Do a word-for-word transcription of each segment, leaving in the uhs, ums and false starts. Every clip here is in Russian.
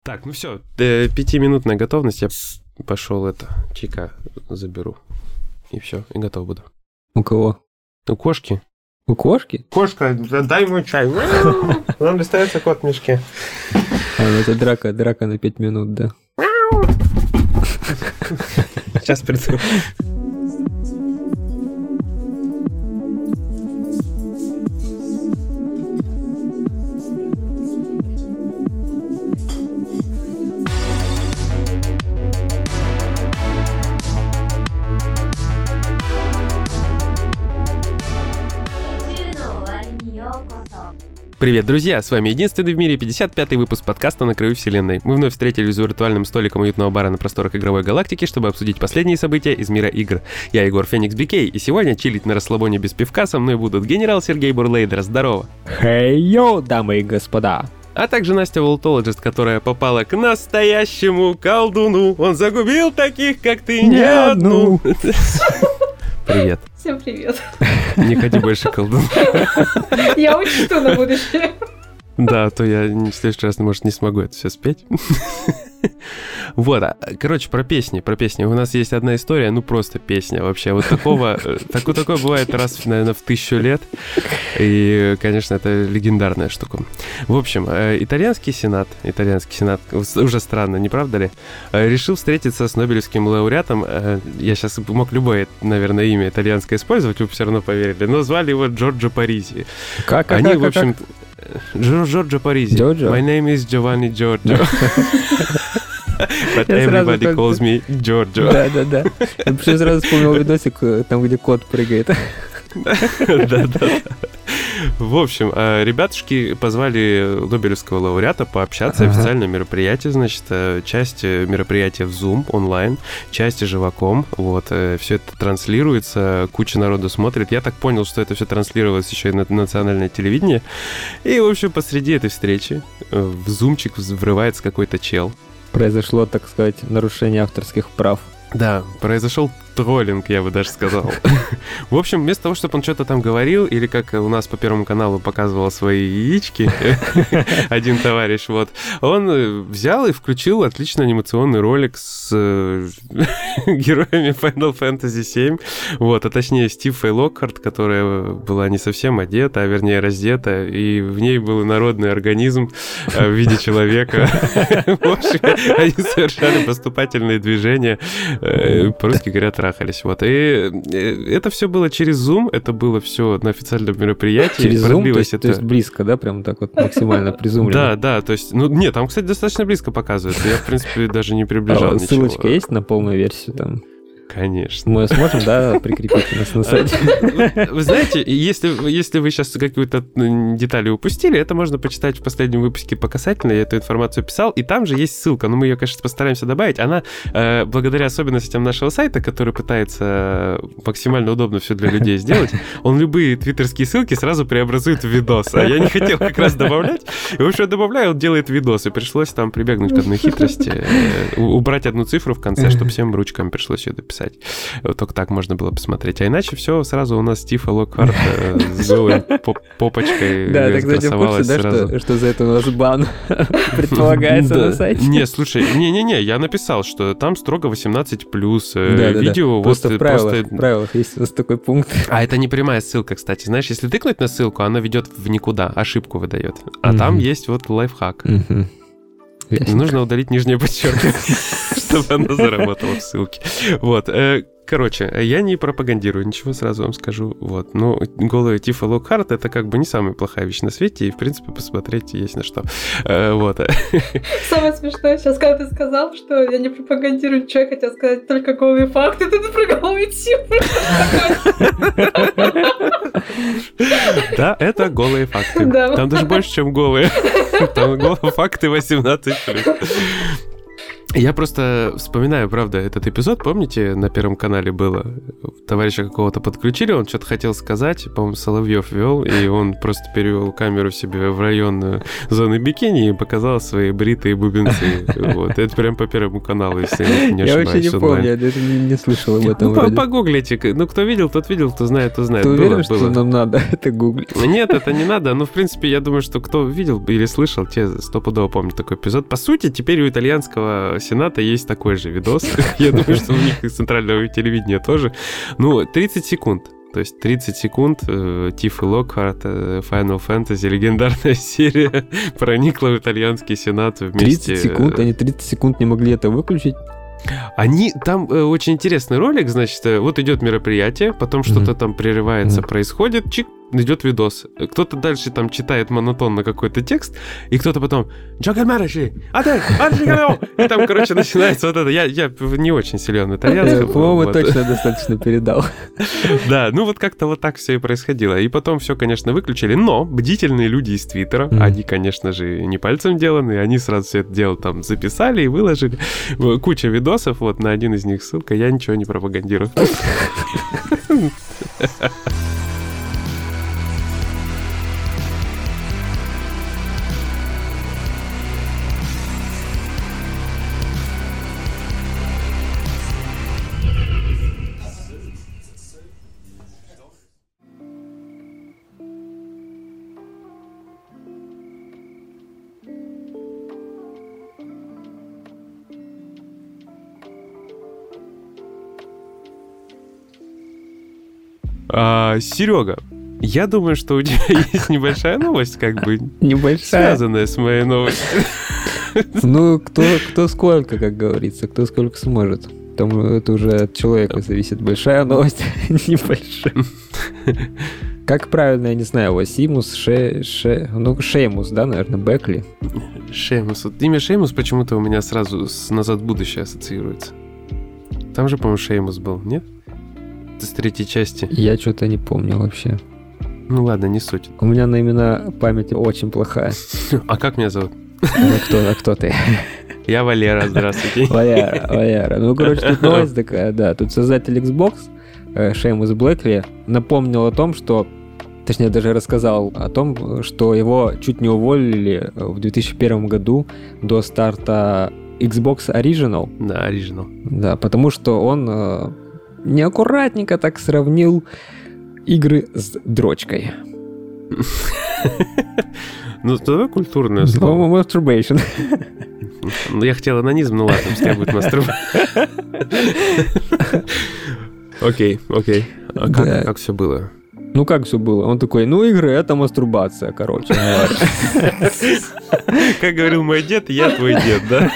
Так, ну все, пятиминутная готовность, я пошел это, чайка заберу. И все, и готов буду. У кого? У кошки. У кошки? Кошка, дай мой чай. Нам достается кот в мешке. А, ну это драка, драка на пять минут, да. Сейчас приду. Привет, друзья! С вами единственный в мире пятьдесят пятый выпуск подкаста «На краю вселенной». Мы вновь встретились за виртуальным столиком уютного бара на просторах игровой галактики, чтобы обсудить последние события из мира игр. Я Егор Феникс Би Кей, и сегодня чилить на расслабоне без пивка со мной будут генерал Сергей Бурлейдер. Здорово! Хей-йоу, дамы и господа! А также Настя Волтологист, которая попала к настоящему колдуну. Он загубил таких, как ты, не одну. Привет. Всем привет. Не ходи больше, колдун. Я учту на будущее. Да, то я в следующий раз, может, не смогу это все спеть. Вот, короче, про песни, про песни. У нас есть одна история, ну просто песня вообще. Вот такого, такое, такое бывает раз, наверное, в тысячу лет. И, конечно, это легендарная штука. В общем, итальянский сенат, итальянский сенат, уже странно, не правда ли, решил встретиться с Нобелевским лауреатом. Я сейчас мог любое, наверное, имя итальянское использовать, вы бы все равно поверили. Но звали его Джорджо Паризи. Как, как, Они, как, в общем... как? Джорджо Паризи. Джорджо? My name is Giovanni Giorgio. But everybody calls me Giorgio. Да-да-да. Я почему сразу вспомнил видосик, там, где кот прыгает. Да-да-да. В общем, ребятушки позвали Нобелевского лауреата пообщаться. Ага. Официальное мероприятие, значит, часть мероприятия в Zoom онлайн, часть живаком. Вот, все это транслируется, куча народу смотрит. Я так понял, что это все транслировалось еще и на национальное телевидение. И, в общем, посреди этой встречи в зумчик врывается какой-то чел. Произошло, так сказать, нарушение авторских прав. Да, произошел троллинг, я бы даже сказал. В общем, вместо того, чтобы он что-то там говорил, или как у нас по Первому каналу показывал свои яички, один товарищ, вот, он взял и включил отличный анимационный ролик с героями Final Fantasy семь, вот, а точнее Стифой Локхарт, которая была не совсем одета, а вернее раздета, и в ней был инородный организм в виде человека. В общем, они совершали поступательные движения, по-русски говорят, трахались. Вот. И это все было через Zoom, это было все на официальном мероприятии. Через Zoom, то есть, это... то есть близко, да? Прям так вот максимально призумлено. Да, да, то есть, ну, нет, там, кстати, достаточно близко показывается. Я, в принципе, даже не приближал ничего. Ссылочка есть на полную версию там? Конечно. Мы сможем, да, прикрепить у нас на сайте. Вы знаете, если, если вы сейчас какую-то деталь упустили, это можно почитать в последнем выпуске по касательной. Я эту информацию писал, и там же есть ссылка. Но мы ее, конечно, постараемся добавить. Она, э, благодаря особенностям нашего сайта, который пытается максимально удобно все для людей сделать, он любые твиттерские ссылки сразу преобразует в видос. А я не хотел как раз добавлять. И, в общем, добавляю, он делает видос. И пришлось там прибегнуть к одной хитрости. Э, убрать одну цифру в конце, чтобы всем ручками пришлось ее дописать. Вот только так можно было посмотреть. А иначе все, сразу у нас Стифа Локхарт э, с голой попочкой да, так, кстати, в курсе, да, что, что за это у нас бан предполагается на сайте? Не, слушай, не-не-не, я написал, что там строго восемнадцать плюс видео. Просто в правилах есть у нас такой пункт. А это не прямая ссылка, кстати. Знаешь, если тыкнуть на ссылку, она ведет в никуда, ошибку выдает. А там есть вот лайфхак. Не нужно удалить нижнее подчеркивание, чтобы оно заработало в ссылке. Вот. Короче, я не пропагандирую ничего, сразу вам скажу. Вот. Но голая Тифа Локхарт — это как бы не самая плохая вещь на свете, и, в принципе, посмотреть есть на что. Вот. Самое смешное сейчас, когда ты сказал, что я не пропагандирую ничего, я хотел сказать только голые факты, ты про голые цифры. Да, это голые факты. Там даже больше, чем голые. Там голые факты восемнадцать плюс. Я просто вспоминаю, правда, этот эпизод, помните, на Первом канале было? Товарища какого-то подключили, он что-то хотел сказать, по-моему, Соловьев вел, и он просто перевел камеру себе в район зоны бикини и показал свои бритые бубенцы. Вот. Это прям по Первому каналу, если я не ошибаюсь. Я вообще не помню, я даже не, не слышал об этом. Ну, погуглите. Ну, кто видел, тот видел, кто знает, тот знает. Ты было, уверен, было. что нам надо это гуглить? Нет, это не надо. Ну, в принципе, я думаю, что кто видел или слышал, те стопудово помнят такой эпизод. По сути, теперь у итальянского Сената есть такой же видос. Я думаю, что у них из центрального телевидения тоже. Ну, тридцать секунд. То есть тридцать секунд Тиф и Локхарт, Final Fantasy, легендарная серия, проникла в итальянский Сенат вместе... тридцать секунд? Они тридцать секунд не могли это выключить? Они, там э, очень интересный ролик, значит, э, вот идет мероприятие, потом mm-hmm. что-то там прерывается, mm-hmm. происходит, чик, идет видос. Кто-то дальше там читает монотонно какой-то текст, и кто-то потом «Джокер Мараши! А ты! И там, короче, начинается вот это. Я, я не очень силен в итальянском. По-моему, вот. Точно достаточно передал. Да, ну вот как-то вот так все и происходило. И потом все, конечно, выключили, но бдительные люди из Твиттера, mm-hmm. они, конечно же, не пальцем деланы, они сразу все это дело там записали и выложили. Куча видосов, вот на один из них ссылка, я ничего не пропагандирую. А, Серега, я думаю, что у тебя есть небольшая новость, как бы небольшая, связанная с моей новостью. Ну, кто, кто сколько, как говорится, кто сколько сможет. Там это уже от человека зависит. Большая новость, небольшая. Как правильно, я не знаю, его Симус, Ше, Ше, ну, Шеймус, да, наверное, Бекли. Шеймус. Вот имя Шеймус почему-то у меня сразу с «Назад в будущее» ассоциируется. Там же, по-моему, Шеймус был, нет? С третьей части. Я что-то не помню вообще. Ну ладно, не суть. У меня на имена память очень плохая. А как меня зовут? А кто, а кто ты? Я Валера, здравствуйте. Валера, Валера. Ну, короче, тут новость такая, да. Тут создатель Xbox, Шеймус Блэкли, напомнил о том, что... Точнее, даже рассказал о том, что его чуть не уволили в две тысячи первом году до старта Xbox Original. Да, Original. Да, потому что он... неаккуратненько так сравнил игры с дрочкой. Ну, это культурное слово. Masturbation. Ну, я хотел анонизм, ну ладно, пускай будет мастурбация. Окей, окей. А как, да. как все было? Ну, как все было? Он такой, ну, игры — это мастурбация, короче. Как говорил мой дед, я твой дед, да?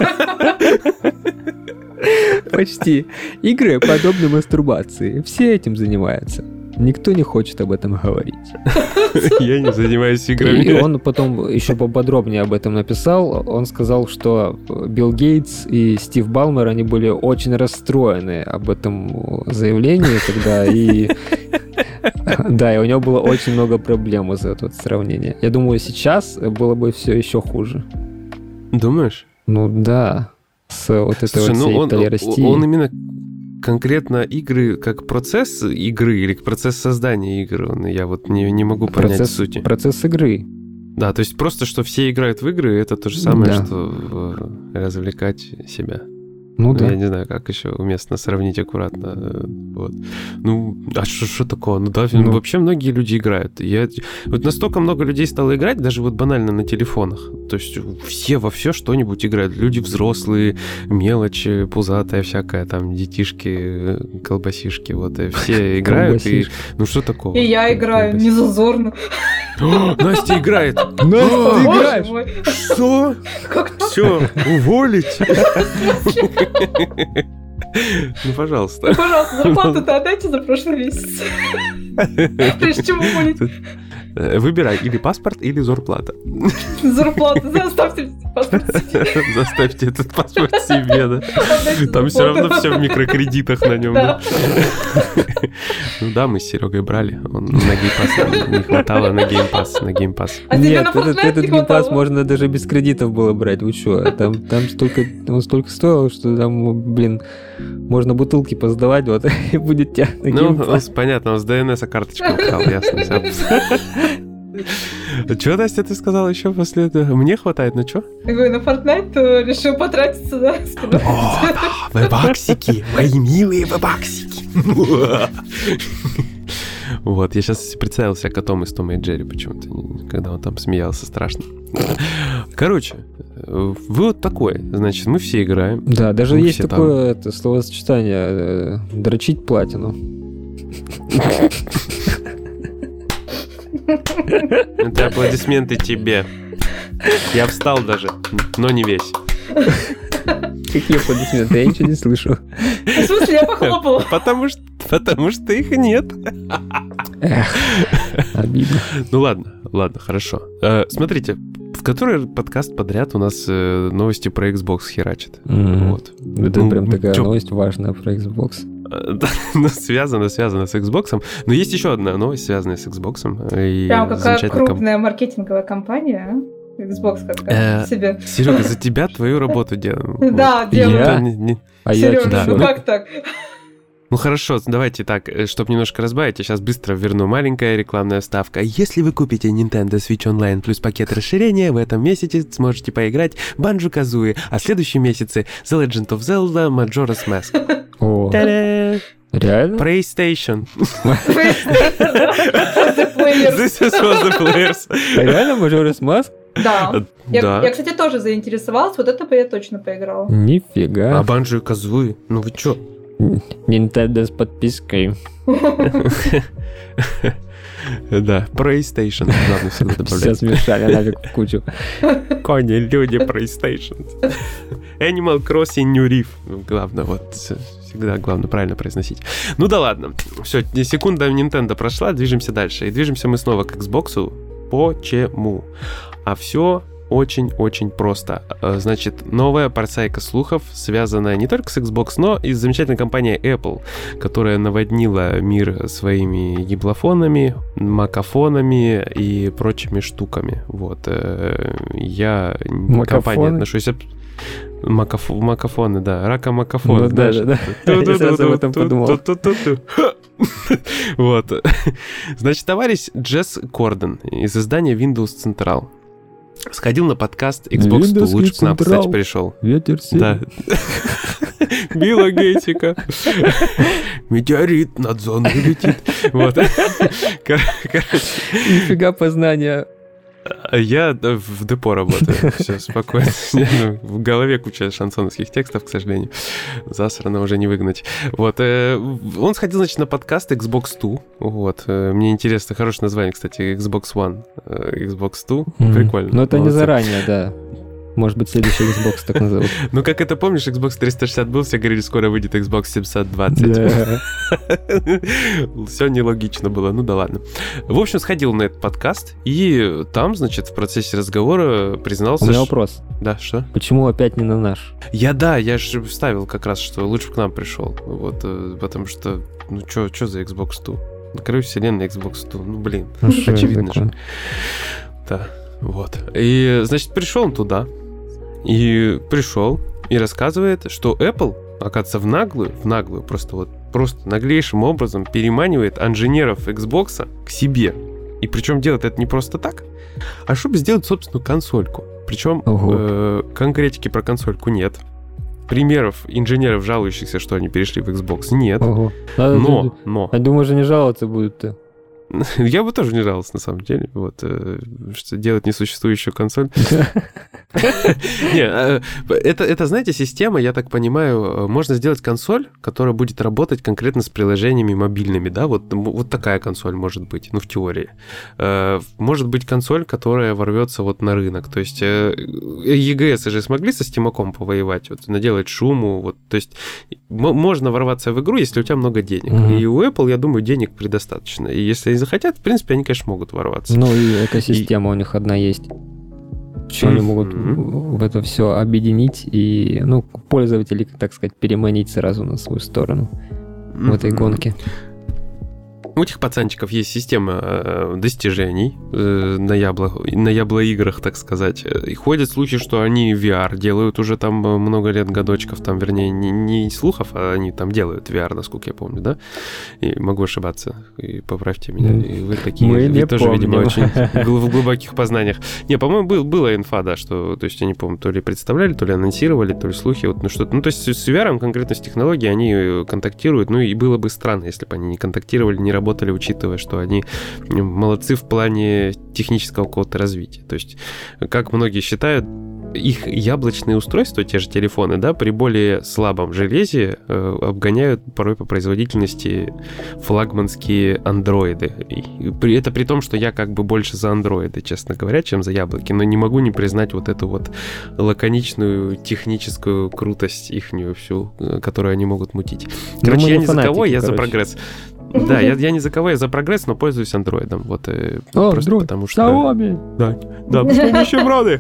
Почти. Игры подобны мастурбации. Все этим занимаются. Никто не хочет об этом говорить. Я не занимаюсь играми. И он потом еще поподробнее об этом написал. Он сказал, что Билл Гейтс и Стив Балмер, они были очень расстроены об этом заявлении тогда. И да, и у него было очень много проблем из-за этого сравнения. Я думаю, сейчас было бы все еще хуже. Думаешь? Ну да. С вот этой Слушай, вот всей ну он, толерастии. Он именно конкретно игры как процесс игры или процесс создания игр, он, я вот не, не могу понять процесс, сути. Процесс игры. Да, то есть просто, что все играют в игры, это то же самое, да. что развлекать себя. Ну да. Я не знаю, как еще уместно сравнить аккуратно. Вот. Ну, а что такого? Ну да, ну. вообще многие люди играют. Я... Вот настолько много людей стало играть, даже вот банально на телефонах. То есть все во все что-нибудь играют. Люди взрослые, мелочи, пузатая всякая, там, детишки, колбасишки, вот, и все играют. И... Ну что такого? И я играю, не зазорно. Настя играет! Настя, ты играешь? Что? Все, уволить? Ну, пожалуйста. Ну, пожалуйста, зарплату-то отдайте за прошлый месяц. Прежде чем уволить. Выбирай или паспорт, или зарплата. Зарплата, заставьте паспорт себе. Заставьте этот паспорт себе, да. Там все равно все в микрокредитах на нем. Ну да, мы с Серегой брали. Он на геймпасс не хватало, на геймпасс, на геймпасс. Нет, этот геймпасс можно даже без кредитов было брать. Вы что? Там столько, он столько стоил, что там, блин, можно бутылки поздавать, вот, и будет тебя на геймпасс. Ну, понятно, он с ди эн эс карточку украл, ясно. Чего, Настя, ты сказала еще после этого? Мне хватает, на что? Я говорю, на Fortnite, то решил потратиться, да? О, да, вебаксики, мои милые вебаксики. Вот, я сейчас представил себя котом из Тома и Джерри почему-то, когда он там смеялся страшно. Короче, вывод такой, значит, мы все играем. Да, даже есть такое это, словосочетание «дрочить платину». Это аплодисменты тебе. Я встал даже, но не весь. Какие аплодисменты? Я ничего не слышу. В смысле, я похлопала? Потому что, потому что их нет. Эх, обидно. Ну ладно, ладно, хорошо. Э, смотрите, в который подкаст подряд у нас э, новости про Xbox херачат. Mm-hmm. Вот. Это ну, прям такая чё? новость важная про Xbox. Да, ну, связано, связано с Xbox. Но есть еще одна новость, связанная с Xbox. И прям какая крупная комп... маркетинговая компания, а? Xbox как-то себе. Серега, за тебя твою работу делаю. Да, делаю. Серега, ну как так? Ну хорошо, давайте так, чтобы немножко разбавить, я сейчас быстро верну. Маленькая рекламная вставка. Если вы купите Nintendo Switch Online плюс пакет расширения, в этом месяце сможете поиграть в Банджо-Казуи, а в следующем месяце The Legend of Zelda Majora's Mask. О, реально? PlayStation. This is for the players. Реально Majora's Mask? Да. Я, я, кстати, тоже заинтересовалась, вот это бы я точно поиграла. Нифига. А Банджо-Казуи? Ну вы чё? Nintendo с подпиской. Да, PlayStation. Ладно, всегда добавлять. Все смешали нафиг в кучу. Кони, люди, PlayStation. Animal Crossing New Reef. Главное, вот, всегда главное правильно произносить. Ну да ладно. Все, секунда Nintendo прошла, движемся дальше. И движемся мы снова к Xbox. Почему? А все очень-очень просто. Значит, новая парсайка слухов, связанная не только с Xbox, но и с замечательной компанией Apple, которая наводнила мир своими еблофонами, макафонами и прочими штуками. Вот. Я к компании отношусь... Макаф... Макафоны, да. Рака-макафон. Ну, да, да, да. Я сразу об этом подумал. Вот. Значит, товарищ Джесс Корден из издания Windows Central сходил на подкаст Xbox сто, лучше к нам, кстати, пришел. Ветер север. Да. Билла Гейтика. Метеорит над зоной летит. Вот. Нифига познания. Я в депо работаю, все, спокойно. В голове куча шансоновских текстов, к сожалению. Засрано уже не выгнать. Вот. Он сходил, значит, на подкаст Xbox сто. Вот. Мне интересно, хорошее название, кстати, Xbox One. Xbox сто. Прикольно. Но это не заранее, да. Может быть, следующий Xbox так назовут. Ну, как это помнишь, Xbox триста шестьдесят был, все говорили, скоро выйдет Xbox семьсот двадцать. Все нелогично было, ну да ладно. В общем, сходил на этот подкаст, и там, значит, в процессе разговора признался... У меня вопрос. Да, что? Почему опять не на наш? Я, да, я же вставил как раз, что лучше бы к нам пришел. Вот, потому что, ну, что за Xbox сто? На краю вселенной Xbox сто, ну, блин, очевидно же. Да, вот. И, значит, пришел он туда, и пришел, и рассказывает, что Apple, оказывается, в наглую, в наглую, просто вот, просто наглейшим образом переманивает инженеров Xbox к себе. И причем делает это не просто так, а чтобы сделать собственную консольку. Причем э, конкретики про консольку нет. Примеров инженеров, жалующихся, что они перешли в Xbox, нет. Ого. Но, но... Я думаю, же не жаловаться будут-то. Я бы тоже не жаловался, на самом деле. Вот, что делать несуществующую консоль. Не, это, это, знаете, система, я так понимаю, можно сделать консоль, которая будет работать конкретно с приложениями мобильными, да, вот, вот такая консоль может быть, ну, в теории. Может быть консоль, которая ворвется вот на рынок, то есть и джи эс же смогли со Стимаком повоевать, вот, наделать шуму, вот, то есть можно ворваться в игру, если у тебя много денег. Mm-hmm. И у Apple, я думаю, денег предостаточно. И если они захотят, в принципе, они, конечно, могут ворваться. Ну и экосистема и... у них одна есть. Что mm-hmm. они могут в это все объединить и, ну, пользователей, так сказать, переманить сразу на свою сторону mm-hmm. в этой гонке. У этих пацанчиков есть система э, достижений э, на, ябло, на яблоиграх, так сказать. И ходят слухи, что они ви ар делают уже там много лет, годочков, там, вернее, не, не слухов, а они там делают ви ар, насколько я помню, да? И могу ошибаться, и поправьте меня. И вы такие, Мы вы тоже, помним. видимо, очень в глубоких познаниях. Не, по-моему, был, была инфа, да, что, то есть, я не помню, то ли представляли, то ли анонсировали, то ли слухи, вот, ну, что-то. Ну, то есть, с ви ар, конкретно с технологией, они контактируют, ну, и было бы странно, если бы они не контактировали, не работали, работали, учитывая, что они молодцы в плане технического какого-то развития. То есть, как многие считают, их яблочные устройства, те же телефоны, да, при более слабом железе э, обгоняют порой по производительности флагманские андроиды. И при, это при том, что я как бы больше за андроиды, честно говоря, чем за яблоки, но не могу не признать вот эту вот лаконичную техническую крутость ихнюю всю, которую они могут мутить. Короче, я не за кого, я за прогресс. Да, я, я не за кого, я за прогресс, но пользуюсь андроидом. Вот, э, О, просто Android. потому что... Xiaomi. Да, да, с помощью рады.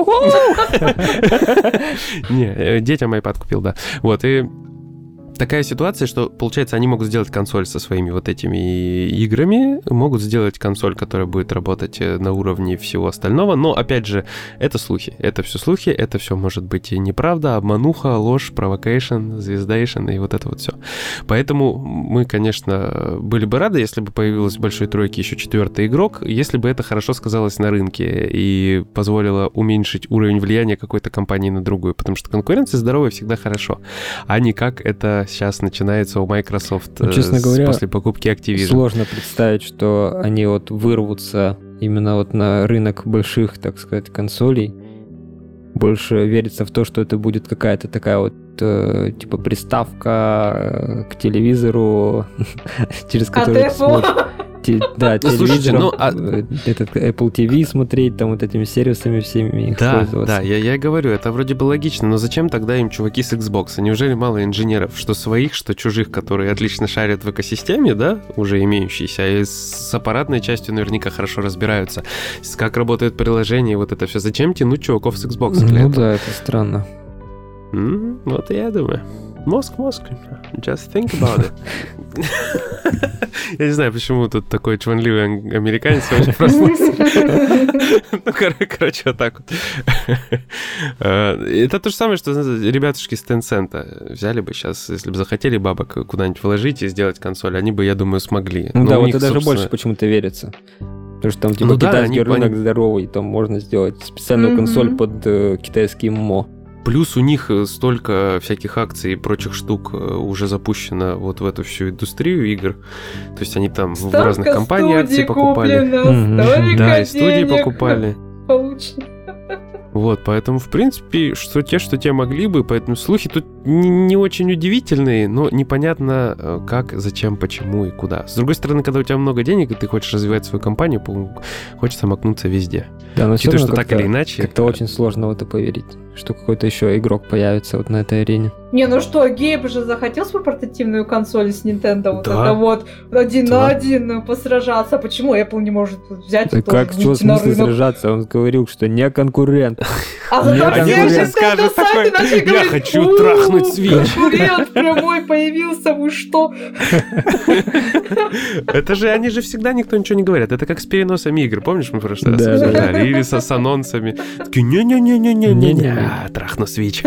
Не, детям iPad купил, да. Вот, и такая ситуация, что, получается, они могут сделать консоль со своими вот этими играми, могут сделать консоль, которая будет работать на уровне всего остального, но, опять же, это слухи. Это все слухи, это все может быть и неправда, обмануха, ложь, провокейшн, звездейшн и вот это вот все. Поэтому мы, конечно, были бы рады, если бы появилась в большой тройке еще четвертый игрок, если бы это хорошо сказалось на рынке и позволило уменьшить уровень влияния какой-то компании на другую, потому что конкуренция здоровая всегда хорошо, а не как это сейчас начинается у Microsoft, ну, честно говоря, после покупки Activision. Сложно представить, что они вот вырвутся именно вот на рынок больших, так сказать, консолей. Больше верится в то, что это будет какая-то такая вот э, типа приставка к телевизору, через которую смотрят. Да, ну, телевизором, ну, а... этот Apple ти ви смотреть, там вот этими сервисами всеми их да, пользоваться. Да, я, я говорю, это вроде бы логично, но зачем тогда им чуваки с Xbox? Неужели мало инженеров, что своих, что чужих, которые отлично шарят в экосистеме, да, уже имеющиеся, и с аппаратной частью наверняка хорошо разбираются, как работает приложение, вот это все. Зачем тянуть чуваков с Xbox для ну этого? Да, это странно. Mm, вот и я думаю. Мозг, мозг. Just think about it. Я не знаю, почему тут такой чванливый американец сегодня проснулся. Ну, короче, вот так вот. Это то же самое, что ребятушки с Tencent взяли бы сейчас, если бы захотели бабок куда-нибудь вложить и сделать консоль, они бы, я думаю, смогли. Ну да, вот это даже больше почему-то верится. Потому что там типа китайский рынок здоровый, там можно сделать специальную консоль под китайский мо. Плюс у них столько всяких акций и прочих штук уже запущено вот в эту всю индустрию игр. То есть они там столько в разных компаниях акции покупали. Mm-hmm. Да, и студии покупали. Получено. Вот, поэтому, в принципе, что те, что те могли бы, поэтому слухи тут не, не очень удивительные, но непонятно как, зачем, почему и куда. С другой стороны, когда у тебя много денег, и ты хочешь развивать свою компанию, хочется макнуться везде. Да, но Учитывая, что так или иначе... Как-то очень сложно в это поверить, что какой-то еще игрок появится вот на этой арене. Не, ну что, Гейб же захотел свою портативную консоль с Nintendo, вот да. это вот один да. на один посражаться. Почему Apple не может взять да и как, тоже что в смысле рынок? сражаться? Он говорил, что не конкурент. А зато все же скажет такой, начали я говорить, хочу трахнуть Switch. Конкурент прямой появился, вы что? Это же, они же всегда никто ничего не говорят. Это как с переносами игр, помнишь, мы в прошлый раз да, обсуждали? да. Или со, с анонсами. Такие, не-не-не-не-не-не-не, трахну Switch.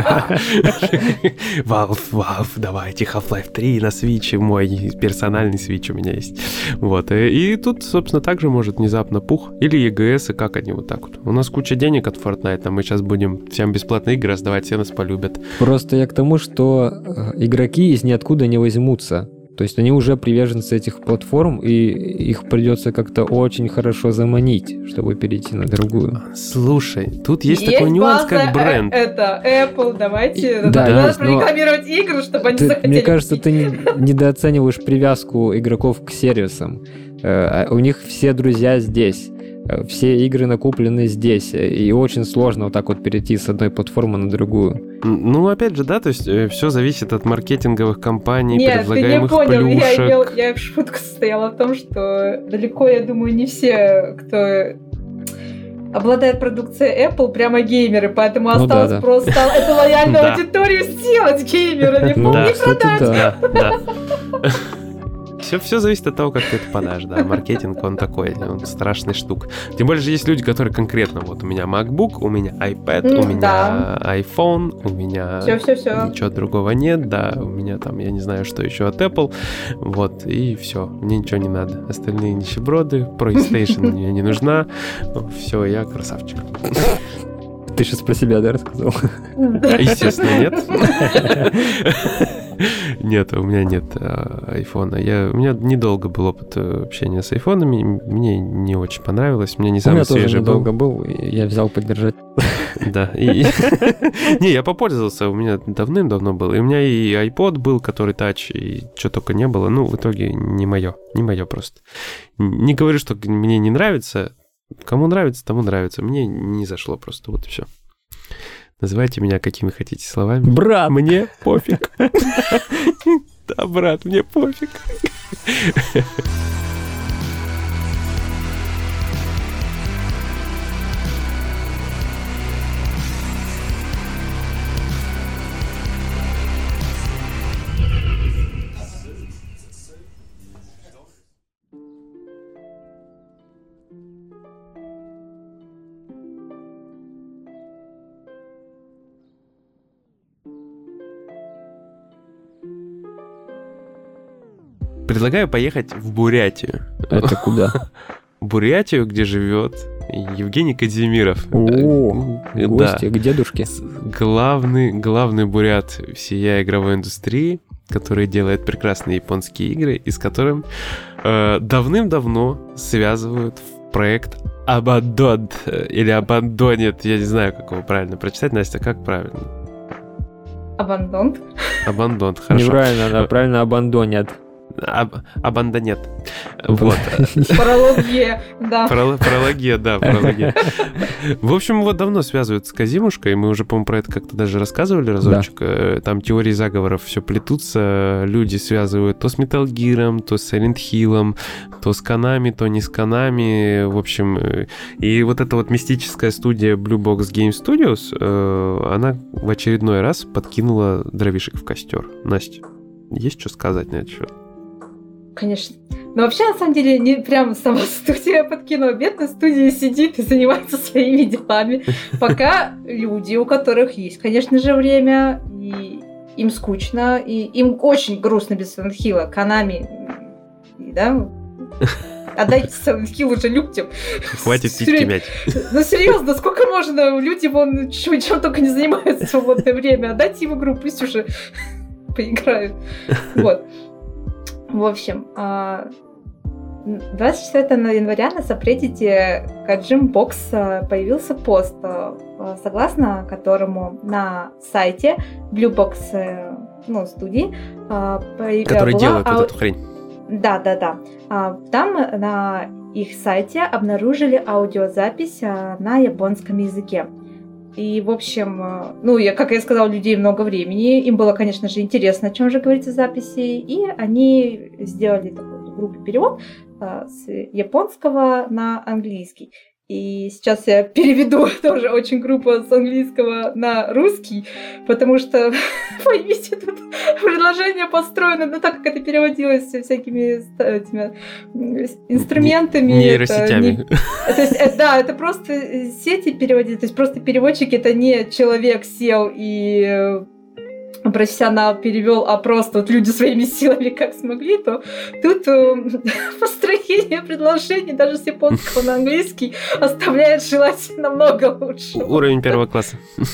Valve, Valve, давайте Half-Life три на Switch, мой персональный Switch у меня есть. Вот, и, и тут, собственно, также может внезапно пух. Или и джи эс, и как они вот так вот. У нас куча денег от Fortnite, а мы сейчас будем всем бесплатные игры раздавать, все нас полюбят. Просто я к тому, что игроки из ниоткуда не возьмутся. То есть они уже приверженцы этих платформ, и их придется как-то очень хорошо заманить, чтобы перейти на другую. Слушай, тут есть, есть такой нюанс, как бренд. Это Apple, давайте. Да, надо есть, прорекламировать игры, чтобы они ты, захотели. Мне кажется, ты недооцениваешь привязку игроков к сервисам. У них все друзья здесь. все игры накуплены здесь, и очень сложно вот так вот перейти с одной платформы на другую. Ну, опять же, да, то есть все зависит от маркетинговых кампаний, Нет, предлагаемых ты не понял, плюшек. Я, имел, я шутка состояла в том, что далеко, я думаю, не все, кто обладает продукцией Apple, прямо геймеры, поэтому ну, осталось да, да. просто эту лояльную аудиторию сделать геймерами, Ну, не кстати, продать. да. Да, да. Все, все зависит от того, как ты это подашь, да. Маркетинг, он такой, он страшный штук. Тем более же есть люди, которые конкретно, вот у меня MacBook, у меня iPad, Mm, у меня да. iPhone, у меня Всё-всё-всё. ничего другого нет, да, у меня там, я не знаю, что еще от Apple, вот, и все, мне ничего не надо. Остальные нищеброды, PlayStation мне не нужна, все, я красавчик. Ты сейчас про себя, да, рассказал? Естественно, нет. Нет, у меня нет а, айфона. Я, у меня недолго был опыт общения с айфонами. Мне не очень понравилось. Мне не самый свежий был. У меня тоже недолго был, и я взял поддержать. Да. Не, я попользовался. У меня давным-давно был. И у меня и iPod был, который тач, и что только не было. Ну, в итоге не мое. Не мое просто. Не говорю, что мне не нравится. Кому нравится, тому нравится. Мне не зашло просто. Вот и все. Называйте меня какими хотите словами. Брат! Мне пофиг. Да, брат, мне пофиг. Предлагаю поехать в Бурятию. Это куда? В Бурятию, где живет Евгений Казимиров. О, Да. гости к дедушке. Главный, главный бурят всей игровой индустрии, который делает прекрасные японские игры, и с которым э, давным-давно связывают в проект Abandoned или Abandoned, я не знаю, как его правильно прочитать. Настя, как правильно? Abandoned. Abandoned, хорошо. Неправильно, она правильно абандонят. Аб- Абандонет. Вот. Паралогия, да. Проло- Прология, да, прология. В общем, вот давно связывают с Казимушкой, мы уже, по-моему, про это как-то даже рассказывали разочек. Да. Там теории заговоров все плетутся, люди связывают то с Metal Gear'ом, то с Silent Hill'ом, то с Konami, то не с Konami, в общем. И вот эта вот мистическая студия Blue Box Game Studios, она в очередной раз подкинула дровишек в костер. Настя, есть что сказать на этот счет? Конечно. Но вообще, на самом деле, не прям сама студия подкинула. Бедная студия сидит и занимается своими делами. Пока люди, у которых есть, конечно же, время, и им скучно, и им очень грустно без Silent Hill'а. Konami, да? Отдайте Silent Hill уже людям. Хватит титьки мять. Ну, серьезно, сколько можно? Люди, вон, чем, чем только не занимаются в свободное время. Отдайте им игру, пусть уже поиграют. Вот. В общем, двадцать четвёртого января на сабреддите Kojima Box появился пост, согласно которому на сайте Blue Box, ну, студии, который была... делает вот эту хрень. Да, да, да. Там на их сайте обнаружили аудиозапись на японском языке. И, в общем, ну, я, как я сказала, у людей много времени. Им было, конечно же, интересно, о чем же говорится в записи. И они сделали такой группу перевод а, с японского на английский. И сейчас я переведу тоже очень грубо с английского на русский, потому что, поймите, тут предложение построено, но так как это переводилось всякими этими инструментами. Нейросетями. Это не, то есть, да, это просто сети переводили, то есть просто переводчик, это не человек сел и профессионал перевел, а просто вот люди своими силами как смогли, то тут э, построение предложений даже с японского на английский оставляет желать намного лучше. Уровень первого класса.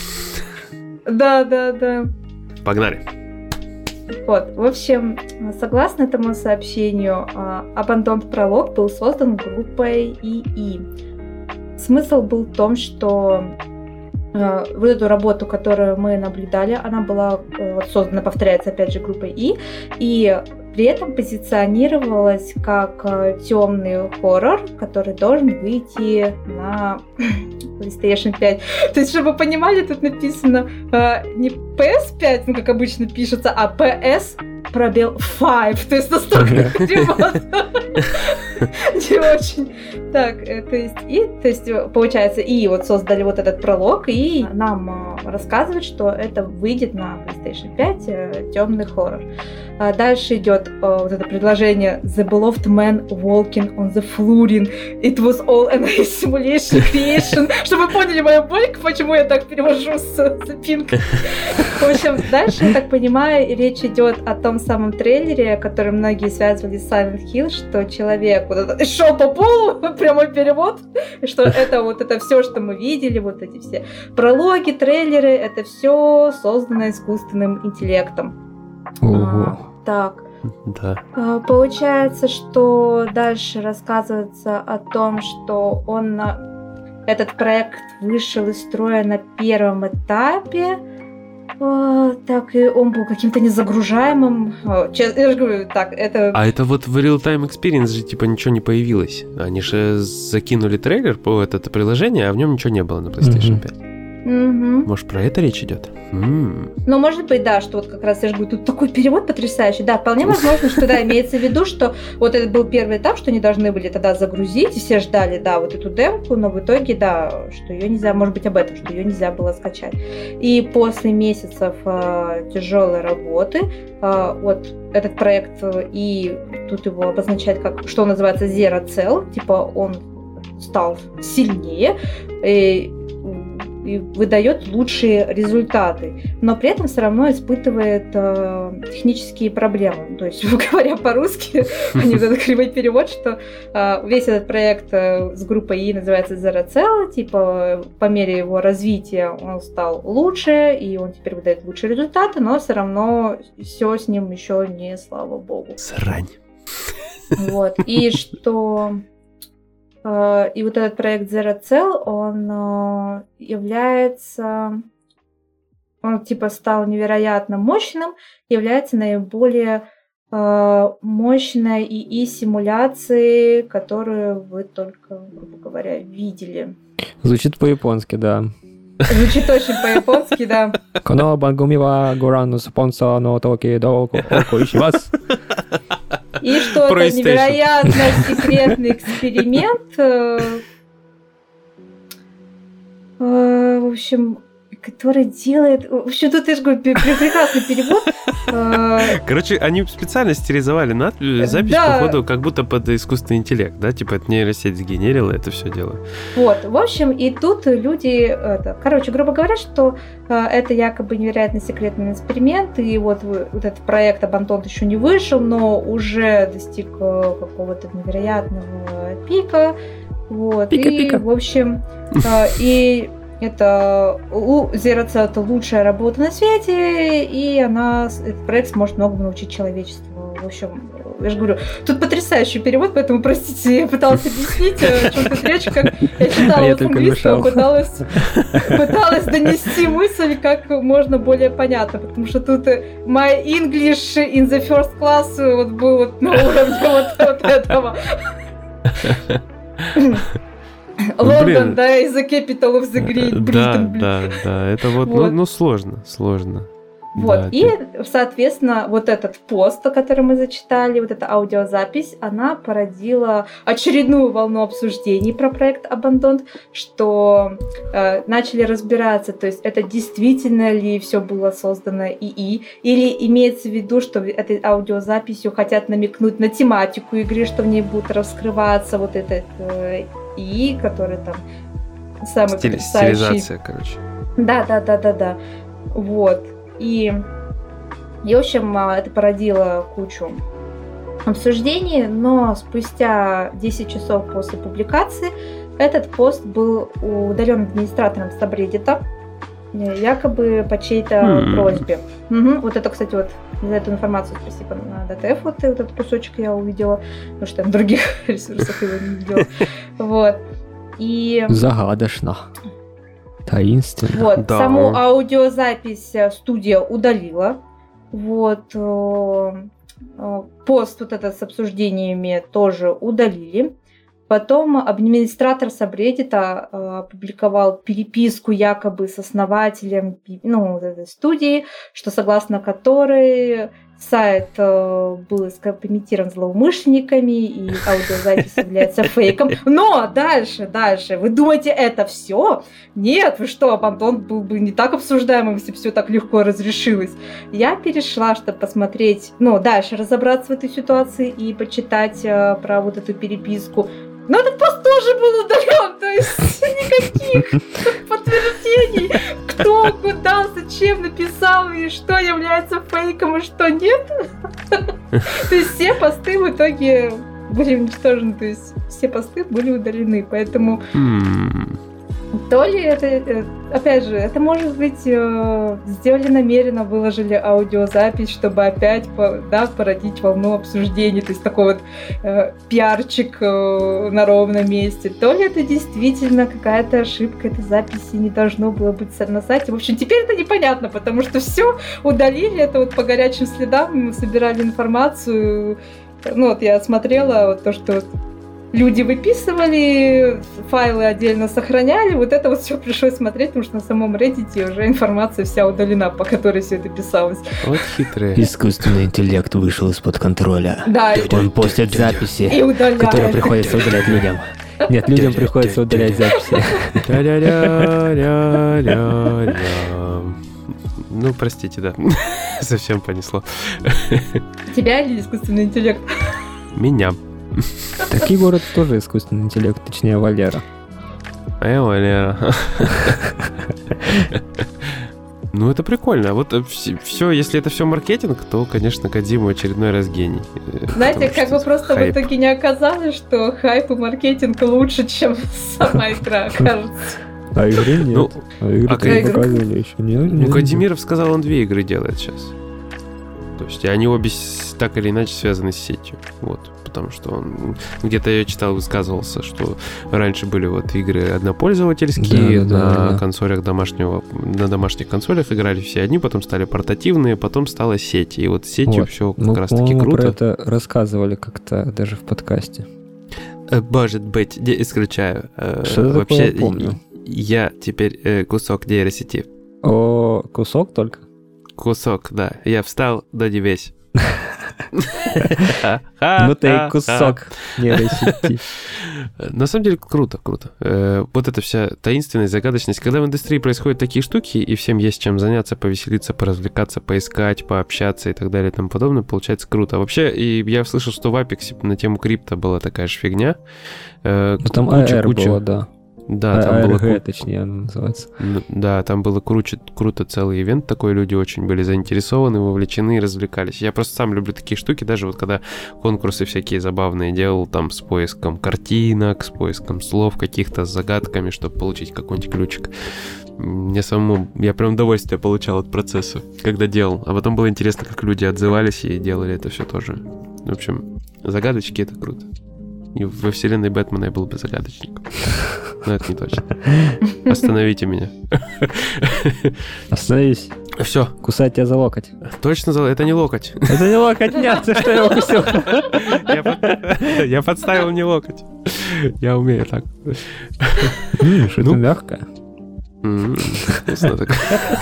Да, да, да. Погнали. Вот, в общем, согласно этому сообщению, Abandoned Prologue был создан группой и и. Смысл был в том, что вот эту работу, которую мы наблюдали, она была вот создана, повторяется, опять же, группой И, и при этом позиционировалась как темный хоррор, который должен выйти на PlayStation пять. То есть, чтобы вы понимали, тут написано не пи эс пять, ну, как обычно пишется, а пи эс пробел пять. То есть, настолько перевод. Не очень. Так, то есть, и, то есть, получается, и вот создали вот этот пролог, и нам рассказывают, что это выйдет на PlayStation пять, темный хоррор. Дальше идет вот это предложение The Beloved Man Walking on the Fluorine. It was all an simulation creation. Чтобы вы поняли мою боль, почему я так перевожу с запинкой. В общем, дальше, я так понимаю, речь идет о том самом трейлере, который многие связывали с Silent Hill, что человек вот это, шел по полу, прямой перевод, что это вот это все, что мы видели, вот эти все прологи, трейлеры, это все создано искусственным интеллектом. А, так. Да. А, получается, что дальше рассказывается о том, что он этот проект вышел из строя на первом этапе. А, так, и он был каким-то незагружаемым. А, честно, я же говорю, так, это... А это вот в Real Time Experience же типа ничего не появилось. Они же закинули трейлер по это, это приложение, а в нем ничего не было на PlayStation пять. Угу. Может, про это речь идет? М-м. Ну, может быть, да, что вот как раз я же говорю, тут такой перевод потрясающий. Да, вполне возможно, что да, имеется в виду, что вот это был первый этап, что они должны были тогда загрузить, и все ждали, да, вот эту демку, но в итоге, да, что ее нельзя, может быть, об этом, что ее нельзя было скачать. И после месяцев э, тяжелой работы э, вот этот проект, и тут его обозначают как, что называется, Zero Cell, типа он стал сильнее, и и выдает лучшие результаты, но при этом все равно испытывает э, технические проблемы. То есть, говоря по-русски, они вот этот кривой перевод, что э, весь этот проект э, с группой И называется Zero Cell, типа по мере его развития он стал лучше, и он теперь выдает лучшие результаты, но все равно все с ним еще не, слава богу. Срань. Вот. И что... И вот этот проект Zero Cell, он является, он типа стал невероятно мощным, является наиболее мощной ИИ-симуляцией, которую вы только, грубо говоря, видели. Звучит по-японски, да. Звучит очень по-японски, да. Коно бангуми ва горану спонсор но токи доку оку ишимасу. И что это невероятно секретный эксперимент. В общем, который делает... В общем, тут, я же говорю, прекрасный перевод. Короче, они специально стилизовали надпись, запись, да. Походу, как будто под искусственный интеллект, да? Типа, это нейросеть сгенерила это все дело. Вот, в общем, и тут люди... Это, короче, грубо говоря, что это якобы невероятно секретный эксперимент, и вот, вот этот проект Abandoned еще не вышел, но уже достиг какого-то невероятного пика. Вот, пика-пика. И, в общем, и... Это Zero Cell — это лучшая работа на свете, и она, этот проект сможет многому научить человечеству. В общем, я же говорю, тут потрясающий перевод, поэтому, простите, я пыталась объяснить, о чем тут речь, как я читала а с английского, пыталась, пыталась донести мысль как можно более понятно, потому что тут my English in the first class вот был вот на уровне вот, вот этого. Лондон, да, is the capital of the Great Britain. Да, да, да, это вот, вот. Ну, ну сложно, сложно. Вот, да, и, это... соответственно, вот этот пост, который мы зачитали, вот эта аудиозапись, она породила очередную волну обсуждений про проект Abandoned, что э, начали разбираться, то есть это действительно ли все было создано ИИ, или имеется в виду, что этой аудиозаписью хотят намекнуть на тематику игры, что в ней будет раскрываться вот этот э, ИИ, который там самый Стили- потрясающий. Стилизация, короче. Да, да, да, да, да. Вот. И, и, в общем, это породило кучу обсуждений, но спустя десять часов после публикации этот пост был удален администратором сабреддита, якобы по чьей-то mm. просьбе. Угу. Вот это, кстати, вот за эту информацию спасибо на ДТФ, вот, вот этот кусочек я увидела, потому что я на других ресурсах его не видела. Вот. И... Загадочно. Таинственно. Вот, Да. саму аудиозапись э, студия удалила. Вот, э, э, пост вот этот с обсуждениями тоже удалили. Потом администратор сабреддита э, опубликовал переписку якобы с основателем ну, вот этой студии, что согласно которой сайт э, был скомпрометирован злоумышленниками и аудиозапись является фейком. Но дальше, дальше, вы думаете, это все? Нет, вы что, Абандон был бы не так обсуждаемым, если бы все так легко разрешилось. Я перешла, чтобы посмотреть, ну, дальше разобраться в этой ситуации и почитать э, про вот эту переписку. Но этот пост тоже был удален, то есть никаких подтверждений, кто, куда, зачем написал и что является фейком и что нет. То есть все посты в итоге были уничтожены, то есть все посты были удалены, поэтому то ли это, опять же, это может быть сделали намеренно, выложили аудиозапись, чтобы опять, да, породить волну обсуждений, то есть такой вот э, пиарчик э, на ровном месте, то ли это действительно какая-то ошибка, этой записи не должно было быть на сайте. В общем, теперь это непонятно, потому что все удалили, это вот по горячим следам мы собирали информацию. Ну вот я смотрела вот то, что вот люди выписывали, файлы отдельно сохраняли, вот это вот все пришлось смотреть, потому что на самом Reddit уже информация вся удалена, по которой все это писалось. Вот хитрые. Искусственный интеллект вышел из-под контроля. Да, Он постит записи, и удаляет. которые приходится удалять людям. Нет, людям приходится удалять записи. Ля-ля-ля-ля-ля-ля. Ну, простите, да. Совсем понесло. Тебя или искусственный интеллект? Меня. Так Егор это тоже искусственный интеллект, точнее Валера. Эй, Валера. Ну, это прикольно. Вот все, если это все маркетинг, то, конечно, Кодзима очередной раз гений. Знаете, как бы просто хайп. в итоге не оказалось, что хайп и маркетинг лучше, чем сама игра, кажется. А игры нет. Ну, а игры а не игры- показывали еще. Не, Ну, Кодзимиров сказал, он две игры делает сейчас. То есть, и они обе с- так или иначе связаны с сетью. Вот. Потому что он... Где-то я читал, высказывался, что раньше были вот игры однопользовательские, Да, да, на да, да. консолях домашнего... На домашних консолях играли все одни, потом стали портативные, потом стала сеть. И вот с сетью Вот. все как Мы, раз-таки по-моему, круто. про это рассказывали как-то даже в подкасте. Э, Может быть, не исключаю. Э, Что-то такое Вообще, я помню. я теперь э, кусок нейросети. О, кусок только? Кусок, да. Я встал, да не весь. Ну ты и кусок нейросети. На самом деле круто, круто. Э, Вот эта вся таинственность, загадочность. Когда в индустрии происходят такие штуки, и всем есть чем заняться, повеселиться, поразвлекаться, поискать, пообщаться и так далее и тому подобное, получается круто. Вообще, и я слышал, что в Apex на тему крипто была такая же фигня. Э, Ну там куча- эй ар куча- было, да. Да, там было эй ар джи, ку- точнее, оно называется. Н- Да, там было круче, круто целый ивент такой, люди очень были заинтересованы, вовлечены и развлекались. Я просто сам люблю такие штуки, даже вот когда конкурсы всякие забавные делал, там с поиском картинок, с поиском слов каких-то, с загадками, чтобы получить какой-нибудь ключик. Мне самому, я прям удовольствие получал от процесса, когда делал. А потом было интересно, как люди отзывались и делали это все тоже. В общем, загадочки — это круто. И во вселенной Бэтмена я был бы загадочником. Но это не точно. Остановите меня. Остановись. Все, Кусать тебя за локоть. точно, за- это не локоть. Это не локоть, нет, ты что я укусил? Я под- Я подставил не локоть. Я умею так. М, Что-то Ну. мягкое. М, вкусно так.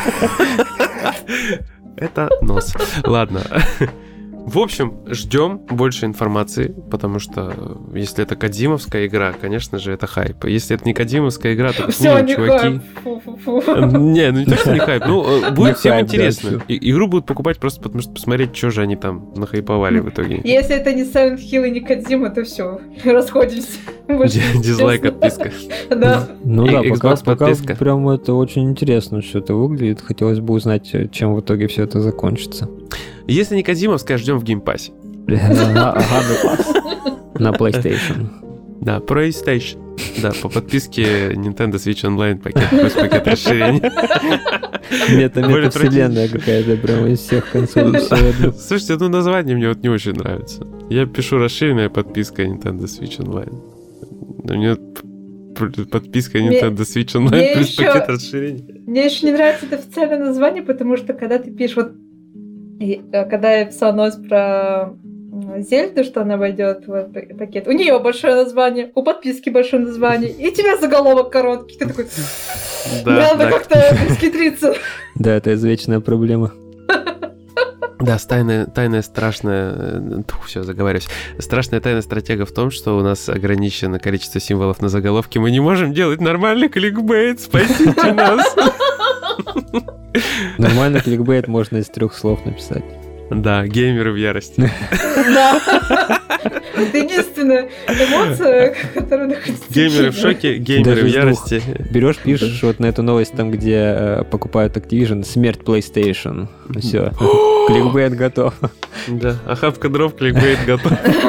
Это нос. Ладно. В общем, ждем больше информации, потому что если это кодзимовская игра, конечно же, это хайп. Если это не кодзимовская игра, то как Все, минимум, не чуваки... хайп. Фу-фу-фу. Не, ну не то, что не хайп. Ну, э, Не будет всем хайп, да, интересно. всё. И- Игру будут покупать просто потому, что посмотреть, что же они там нахайповали в итоге. Если это не Silent Hill и не Кодзима, то все, расходимся. Больше не Дизлайк, интересно. отписка. Да. Ну И да, пока, Xbox пока подписка. прям это очень интересно все это выглядит. Хотелось бы узнать, чем в итоге все это закончится. Если не кодзимовская, ждем в геймпассе. Ага, ага, ну, на PlayStation. Да, PlayStation. Да, по подписке Nintendo Switch Online пакет, плюс пакет расширения. Мета, Более метавселенная какая-то прям из всех консолей. всё в одну. Слушайте, ну название мне вот не очень нравится. Я пишу расширенная подписка Nintendo Switch Online. Но мне подписка Мне- Nintendo Switch Online мне плюс ещё- пакет расширения. Мне еще не нравится это официальное название, потому что когда ты пишешь, вот и, э, когда я писала новость про м, Зельду, что она войдет в этот пакет, у нее большое название, у подписки большое название, и у тебя заголовок короткий. Ты такой, Да, надо да. как-то скитриться. Да, это извечная проблема. Да, тайная, тайная страшная... Все, заговариваюсь. Страшная тайна стратега в том, что у нас ограничено количество символов на заголовке. Мы не можем делать нормальный кликбейт. Спасите нас. Нормально кликбейт можно из трех слов написать. Да, геймеры в ярости. Да. Это единственная эмоция, которая находится. Геймеры в шоке, геймеры Даже в из ярости. Берешь, пишешь вот на эту новость, там, где э, покупают Activision, смерть PlayStation. Все, кликбейт готов. Да, охапка дров, кликбейт готов.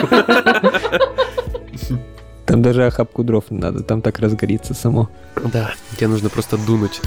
Там даже охапку дров не надо, там так разгорится само. Да, тебе нужно просто дунуть.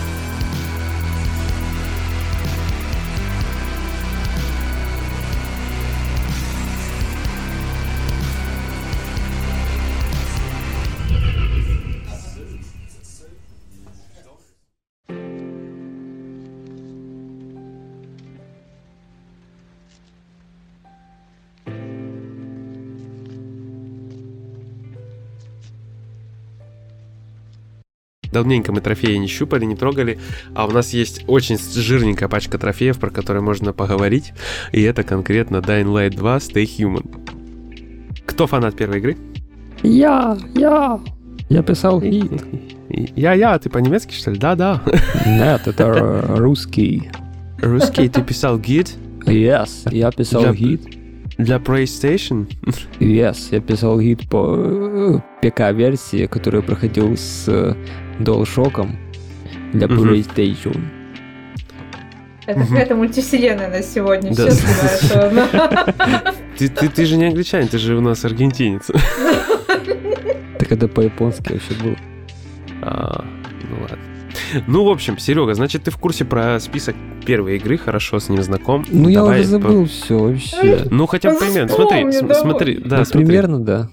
Давненько мы трофеи не щупали, не трогали, а у нас есть очень жирненькая пачка трофеев, про которые можно поговорить, и это конкретно Dying Light два Stay Human. Кто фанат первой игры? Я, я, я писал хит. Я-я, ты по-немецки, что ли? Да-да. Нет, это э, русский. Русский, ты писал гид Yes, я писал Для- хит. для PlayStation? Yes, я писал гид по э, пи си-версии, который проходил с э, DualShock'ом для Мгм. PlayStation. Это Мгм. какая-то мультивселенная на сегодня. Да. Все знают. Ты, ты, ты же не англичанин, ты же у нас аргентинец. Так это по-японски вообще было. А, ну ладно. Ну, в общем, Серега, значит, ты в курсе про список первой игры, хорошо с ним знаком. Ну, я Давай уже забыл все вообще. по- Ну, хотя бы Ну, примерно. вспомни, Смотри, см- давай. смотри, да, Ну, смотри. примерно, да.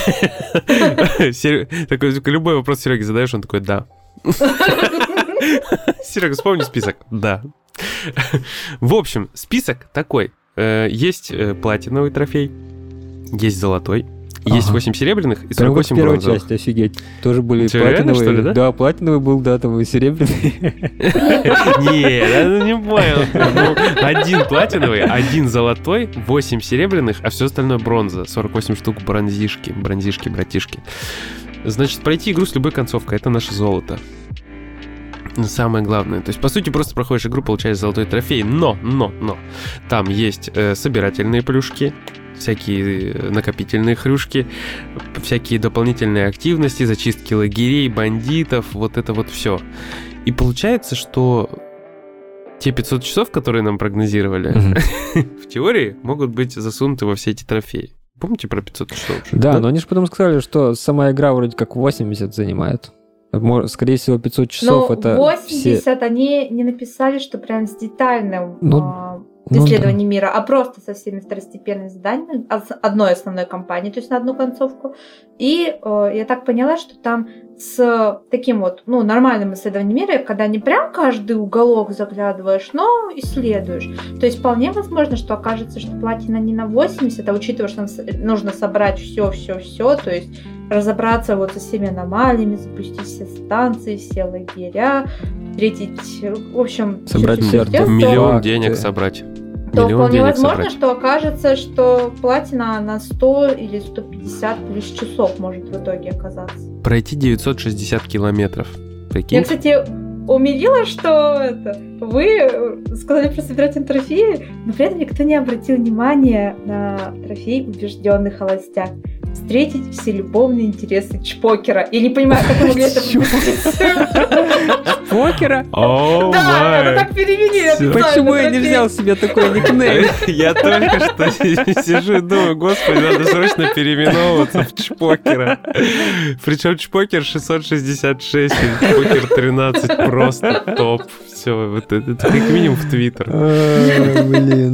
Серё- такой, любой вопрос Сереге задаешь, он такой, да. Серега, вспомни список. Да. В общем, список такой. Э, Есть э, платиновый трофей, есть золотой, есть Ага. восемь серебряных и Прям сорок как в восемь первой бронзовых. части, офигеть. Тоже были Чё, реально, платиновые. что ли, да? Да, платиновый был, да, там и серебряный. Нет, я ну не понял. Ну, один платиновый, один золотой, восемь серебряных, а все остальное бронза. сорок восемь штук бронзишки, бронзишки, братишки. Значит, пройти игру с любой концовкой — это наше золото. Самое главное. То есть, по сути, просто проходишь игру, получаешь золотой трофей. Но, но, но. Там есть э, собирательные плюшки, всякие э, накопительные хрюшки, всякие дополнительные активности, зачистки лагерей, бандитов, вот это вот все. И получается, что те пятьсот часов, которые нам прогнозировали, Мгм. в теории могут быть засунуты во все эти трофеи. Помните про пятьсот часов? Да, но они же потом сказали, что сама игра вроде как восемьдесят занимает. Мо- Скорее всего, пятьсот часов Но это все... восемьдесят они не написали, что прям с детальным Ну, а, ну исследованием мира, а просто со всеми второстепенными заданиями от одной основной компании, то есть на одну концовку. И э, я так поняла, что там с таким вот, ну, нормальным исследованием мира, когда не прям каждый уголок заглядываешь, но исследуешь. То есть вполне возможно, что окажется, что платина не на восемьдесят, а учитывая, что нам с- нужно собрать все-все-все, то есть разобраться вот со всеми аномалиями, запустить все станции, все лагеря, встретить, в общем, Собрать всё все существо, Миллион Факты. денег собрать. то Миллион вполне денег возможно, собрать. что окажется, что платина на сто или сто пятьдесят плюс часов может в итоге оказаться. Пройти девятьсот шестьдесят километров. Прикинь? Я, кстати, умилила, что это, вы сказали про собирательные трофеи, но при этом никто не обратил внимания на трофей убежденный холостяк. Встретить все любовные интересы чпокера. Я не понимаю, как вы могли это поместить. Покера? О, Да, это май. так перевели официально. Почему я не трофей. взял себе такой никнейм? Я только что сижу и думаю, господи, надо срочно переименовываться в Чпокера. Причем Чпокер шестьсот шестьдесят шесть, и Чпокер тринадцать просто топ. Все, вот это, это как минимум в Твиттер. А, Блин.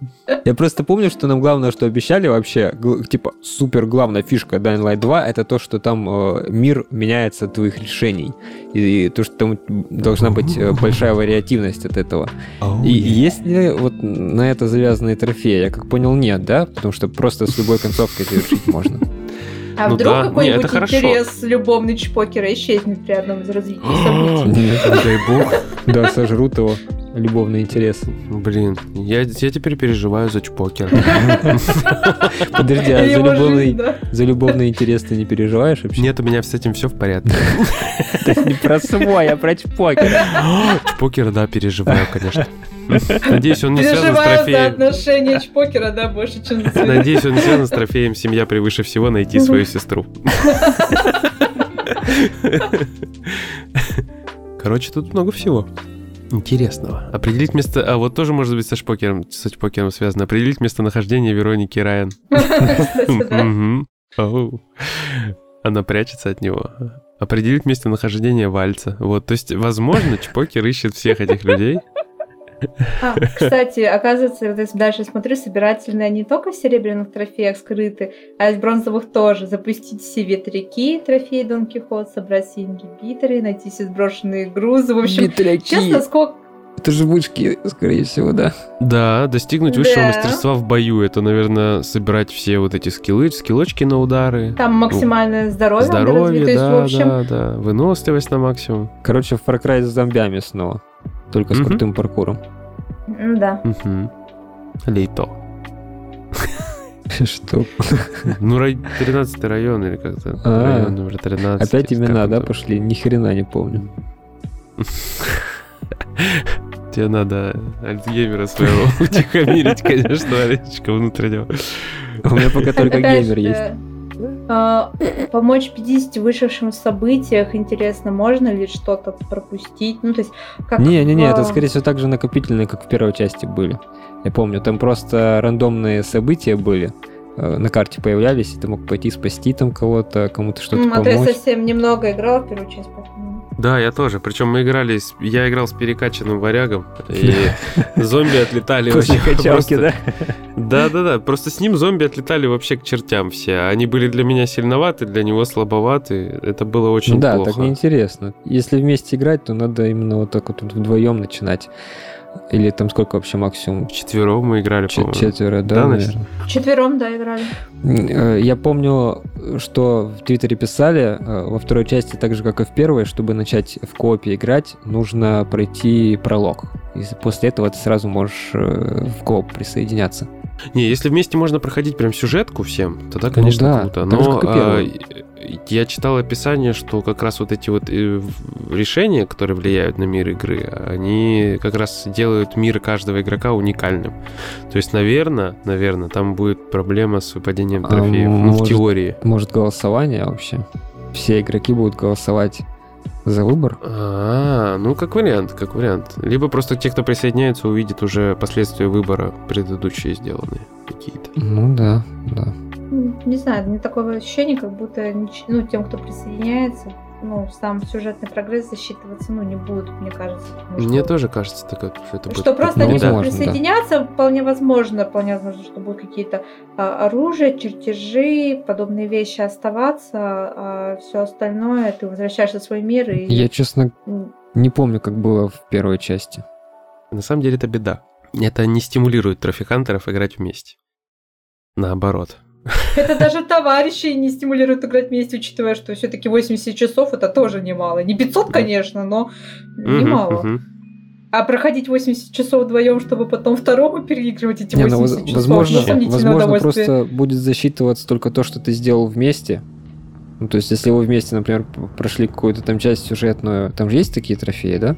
Я просто помню, что нам главное, что обещали вообще, гл- типа, супер главная фишка Dying Light два, это то, что там э, мир меняется от твоих решений. И, и то, что там должна быть э, большая вариативность от этого. Oh, и yeah. есть ли вот на это завязанные трофеи? Я как понял, нет, да? Потому что просто с любой концовкой завершить можно. А Ну вдруг да, не, какой-нибудь это хорошо. интерес любовный чпокера исчезнет при одном из развития событий? Нет, Дай бог. да, сожрут его любовный интерес. Блин, я, я теперь переживаю за чпокер. Подожди, а за Его жизнь, любовный, да. за любовный интерес ты не переживаешь вообще? Нет, у меня с этим все в порядке. Это не про свой, а про чпокер. Чпокер, да, переживаю, конечно. Надеюсь, он не связан с Переживаю за трофеем. отношения чпокера, да, больше, чем за цвет. Надеюсь, он не связан с трофеем «Семья превыше всего» найти свою сестру. Короче, тут много всего интересного. Определить место... А вот тоже может быть со шпокером, со чпокером связано. Определить местонахождение Вероники Райан. Кстати, да. Мгм. Оу. Она прячется от него. Определить местонахождение Вальца. Вот, то есть, возможно, чпокер ищет всех этих людей. А, кстати, оказывается, вот если дальше смотрю, собирательные не только в серебряных трофеях скрыты, а и в бронзовых тоже. Запустить все ветряки, трофеи Дон Кихот, собрать все ингибиторы, найти все сброшенные грузы. В общем, Ветряки. честно, сколько... Это же вышки, скорее всего, да. Да, достигнуть высшего Да. мастерства в бою. Это, наверное, собирать все вот эти скиллы, скиллочки на удары. Там максимальное здоровье, надо развить. Здоровье, То есть, да, в общем, да, да. Выносливость на максимум. Короче, Far Cry с зомбями снова. Только с Мгм. крутым паркуром. м, да. Мгм. Лейто. Что? Ну, рай- тринадцатый район или как-то. А. Район номер тринадцать. Опять если имена, как да, это. пошли? Ни хрена не помню. Тебе надо Альцгеймера своего утихомирить, конечно, Олечка внутреннего. У меня пока только Опять геймер же, есть. а, помочь пятидесяти вышедшим в событиях, интересно, можно ли что-то пропустить? Ну, то есть, как... Не-не-не, это, в- скорее всего, так же накопительные, как в первой части были. Я помню, там просто рандомные события были. э, На карте появлялись, и ты мог пойти спасти там кого-то, кому-то что-то М, а то я помочь. совсем немного играла в первую часть, поэтому... Да, я тоже. Причем мы играли, с- я играл с перекачанным варягом, и зомби отлетали После вообще качалки, просто- да? Да-да-да, просто с ним зомби отлетали вообще к чертям все. Они были для меня сильноваты, для него слабоваты. Это было очень Ну да, плохо. так неинтересно. Если вместе играть, то надо именно вот так вот вдвоем начинать. Или там сколько вообще максимум? Вчетвером мы играли, Чет- по-моему. Четверо, да, Да, Настя? наверное. Четвером, да, играли. Э, Я помню, что в Твиттере писали, э, во второй части, так же, как и в первой, чтобы начать в коопе играть, нужно пройти пролог. И после этого ты сразу можешь э, в кооп присоединяться. Не, если вместе можно проходить прям сюжетку всем, тогда, конечно, да, круто. так же, Но как и а, первый. я читал описание, что как раз вот эти вот э, в- решения, которые влияют на мир игры, они как раз делают мир каждого игрока уникальным. То есть, наверное, наверное, там будет проблема с выпадением А, трофеев. Ну, в может, теории. Может, голосование вообще? Все игроки будут голосовать за выбор? А, ну как вариант, как вариант. Либо просто те, кто присоединяется, увидят уже последствия выбора предыдущие сделанные какие-то. Ну да, да. Ну, не знаю, мне такое ощущение, как будто нич- ну, тем, кто присоединяется, ну, сам сюжетный прогресс засчитываться, ну, не будет, мне кажется. потому Мне что- тоже кажется, так, что это будет... Что просто Ну, они да. будут возможно, да. присоединяться, вполне возможно, вполне возможно, что будут какие-то а, оружия, чертежи, подобные вещи оставаться, а все остальное ты возвращаешься в свой мир и... Я, честно, м, не помню, как было в первой части. На самом деле это беда. Это не стимулирует трофихантеров играть вместе. Наоборот. Это даже товарищи не стимулируют играть вместе, учитывая, что все-таки восемьдесят часов это тоже немало. Не пятьсот, конечно, но Мгм, немало. мгм. А проходить восемьдесят часов вдвоем, чтобы потом второму переигрывать эти Не, ну, восемьдесят воз- часов, возможно, несомнительное возможно удовольствие. просто будет засчитываться только то, что ты сделал вместе. Ну, то есть, если вы вместе, например, п- прошли какую-то там часть сюжетную, там же есть такие трофеи, да?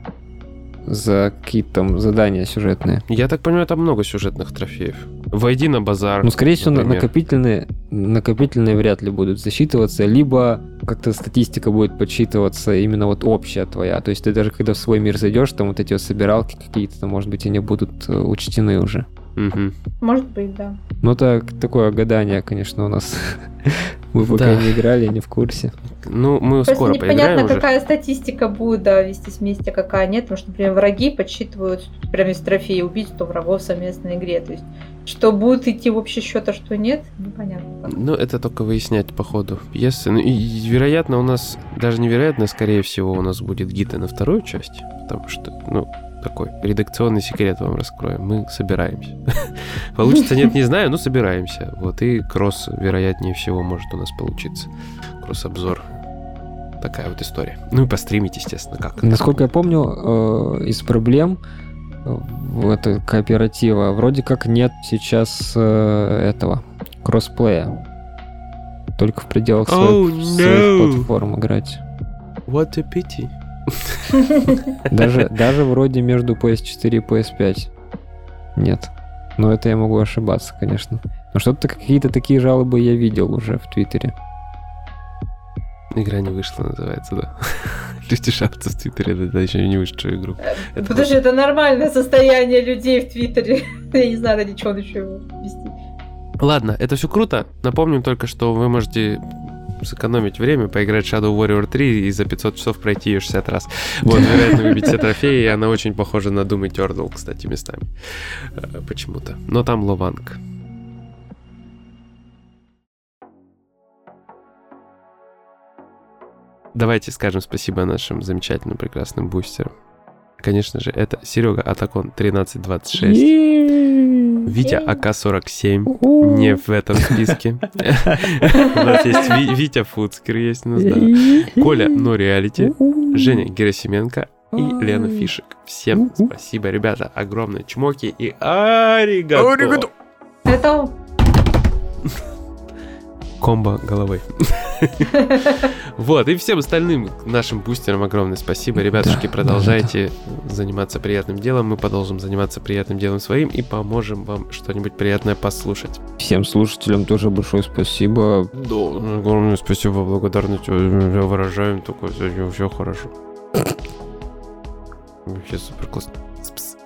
За какие-то там задания сюжетные. Я так понимаю, там много сюжетных трофеев. Войди на базар. Ну, скорее всего, на- например. накопительные, накопительные вряд ли будут засчитываться, либо как-то статистика будет подсчитываться именно вот общая твоя. То есть ты даже когда в свой мир зайдешь, там вот эти вот собиралки какие-то, там, может быть, они будут э, учтены уже. Мгм. Может быть, да. Ну, так, такое гадание, конечно, у нас Мы пока Да. не играли, не в курсе. Ну, мы Просто скоро непонятно, поиграем уже. какая статистика будет, да, вестись вместе, какая нет. Потому что, например, враги подсчитывают прямо из трофея убить сто врагов в совместной игре. То есть, что будет идти в общий счет, а что нет, непонятно. Ну, это только выяснять по ходу пьесы. Ну, и, и, вероятно, у нас, даже невероятно, скорее всего, у нас будет гид и на вторую часть. Потому что, ну, такой редакционный секрет вам раскроем. Мы собираемся. Получится, нет, не знаю, но собираемся. Вот, и кросс, вероятнее всего, может у нас получиться. Кросс-обзор. Такая вот история. Ну и постримить, естественно, как. Насколько я помню, э, из проблем э, в это кооператива вроде как нет сейчас э, этого кроссплея. Только в пределах своих, Oh, своих no. платформ играть. What a pity. Даже, даже вроде между пи эс четыре и пи эс пять нет. Но это я могу ошибаться, конечно. Но что-то какие-то такие жалобы я видел уже в Твиттере. Игра не вышла, называется, да. Люди шапцы в Твиттере, да, еще не вышедшую игру. Это Подожди, это нормальное состояние людей в Твиттере. Я не знаю, ничего еще вести. Ладно, это все круто. Напомним только, что вы можете сэкономить время, поиграть в Shadow Warrior три и за пятьсот часов пройти ее шестьдесят раз. Вот, вероятно, выбить все трофеи, и она очень похожа на Doom Eternal, кстати, местами. Э, Почему-то. Но там лованг. Давайте скажем спасибо нашим замечательным, прекрасным бустерам. Конечно же, это Серега Атакон тринадцать двадцать шесть, Витя А К сорок семь, не в этом списке. У нас есть Ви- Витя Фуцкер, есть у нас, да. Коля No Reality, Женя Герасименко и Лена Фишек. Всем спасибо, ребята, огромное чмоки и аригато. Это Комбо головой. Вот, и всем остальным нашим бустерам огромное спасибо. Ребятушки, Да, продолжайте заниматься приятным делом. Мы продолжим заниматься приятным делом своим и поможем вам что-нибудь приятное послушать. Всем слушателям тоже большое спасибо. Да, огромное спасибо, благодарность выражаем. Только сегодня все хорошо. Вообще супер классно. Спс.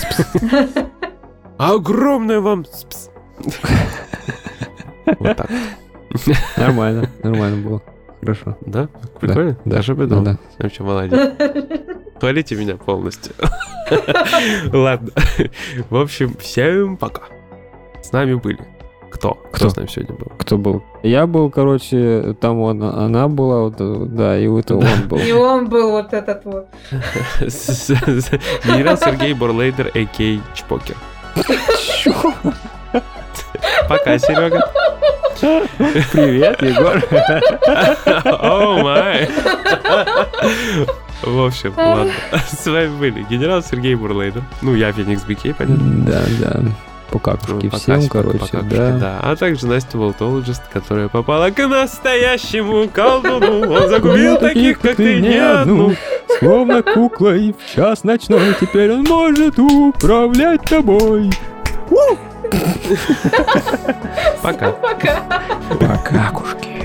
Огромное вам спс. Вот так. Нормально, нормально было. Хорошо. Да? Прикольно? Да, Даже да, придумал. да. Вообще молодец. Хвалите меня полностью. Ладно. В общем, всем пока. С нами были. Кто? Кто, Кто? с нами сегодня был? Кто был? Я был, короче, там он, она была, вот, да, и вот он был. и он был вот этот вот. Генерал Сергей Борлейдер, а.к.а. Чпокер. Пока, Серега. Привет, Егор. О май. В общем, ладно. С вами были генерал Сергей Бурлейдер. Ну, я Феникс Бикей, понятно. Да, да. Покакушки Ну, всем, покасик, короче, покакушки, да. да. А также Настя Волтологист, которая попала к настоящему колдуну. Он загубил таких, как ты, не одну. Словно куклой в час ночной, теперь он может управлять тобой. Пока. Пока. Покакушки.